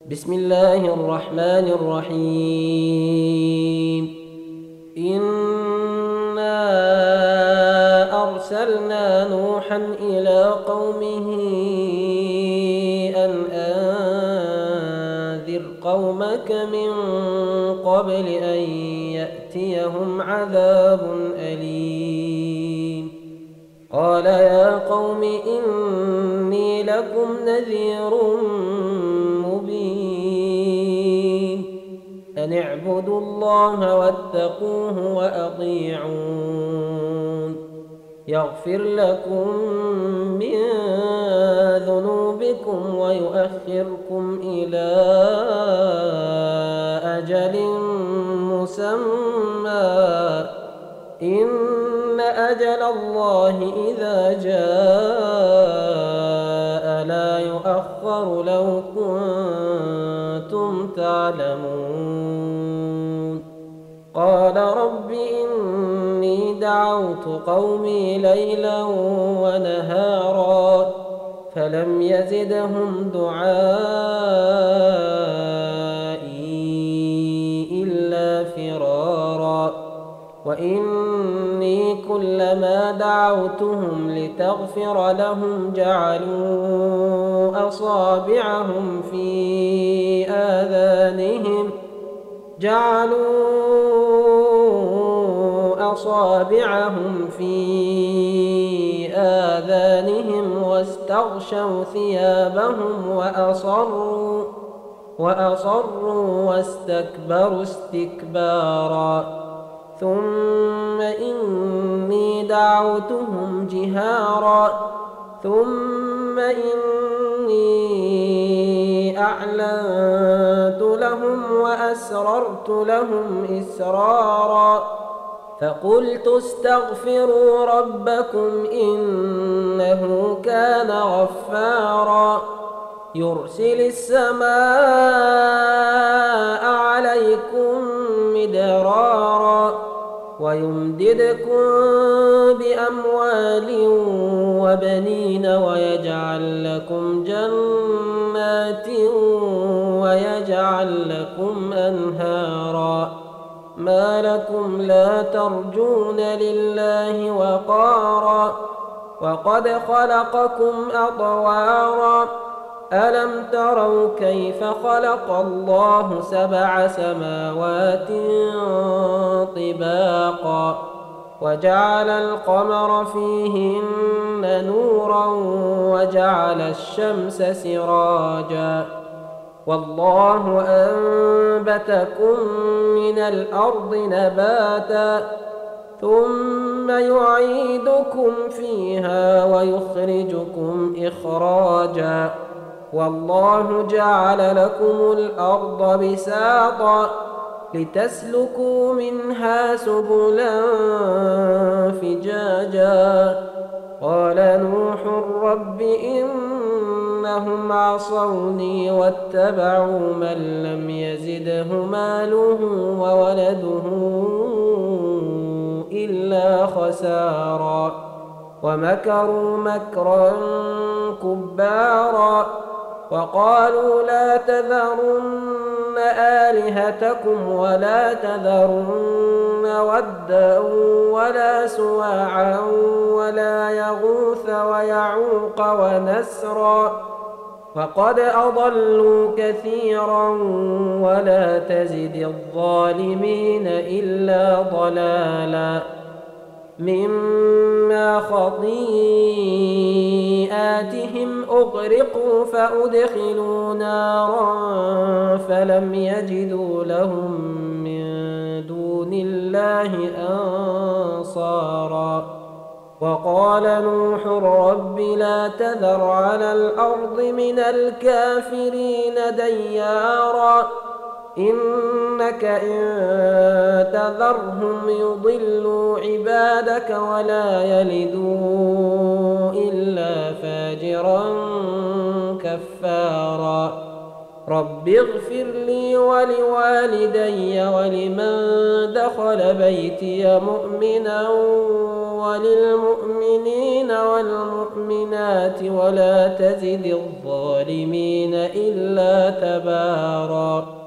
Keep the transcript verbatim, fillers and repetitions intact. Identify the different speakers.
Speaker 1: بسم الله الرحمن الرحيم. إنا أرسلنا نوحا إلى قومه أن أنذر قومك من قبل أن يأتيهم عذاب أليم. قال يا قوم إني لكم نذير مبين أن اعبدوا الله واتقوه وأطيعون يغفر لكم من ذنوبكم ويؤخركم إلى أجل مسمى إن أجل الله إذا جاء لا يؤخر لو كنتم تعلمون. قال رب إني دعوت قومي ليلا ونهارا فلم يزدهم دعائي إلا فرارا وإني كلما دعوتهم لتغفر لهم جعلوا أصابعهم في آذانهم جعلوا أصابعهم في آذانهم واستغشوا ثيابهم وأصروا وأصروا واستكبروا استكبارا ثم إني دعوتهم جهارا ثم إني أعلنت لهم وأسررت لهم إسرارا فقلت استغفروا ربكم إنه كان غفارا يرسل السماء عليكم مدرارا ويمددكم بأموال وبنين ويجعل لكم جنات ويجعل لكم أنهارا ما لكم لا ترجون لله وقارا وقد خلقكم أطوارا ألم تروا كيف خلق الله سبع سماوات طباقا وجعل القمر فيهن نورا وجعل الشمس سراجا والله أنبتكم من الأرض نباتا ثم يعيدكم فيها ويخرجكم إخراجا والله جعل لكم الأرض بساطا لتسلكوا منها سبلا فجاجا قال نوح رب إنهم عصوني واتبعوا من لم يزده ماله وولده إلا خسارا ومكروا مكرا كبارا وقالوا لا تذرن آلهتكم ولا تذرن ودا ولا سواعا ولا يغوث ويعوق ونسرا فقد أضلوا كثيرا ولا تزد الظالمين إلا ضلالا مما خطيئاتهم أغرقوا فأدخلوا نارا فلم يجدوا لهم من دون الله أنصارا وقال نوح رب لا تذر على الأرض من الكافرين ديارا إنك إن تذرهم يضلوا عبادك ولا يلدوا إلا فاجرا كفارا رب اغفر لي ولوالدي ولمن دخل بيتي مؤمنا وللمؤمنين والمؤمنات ولا تزد الظالمين إلا تباراً.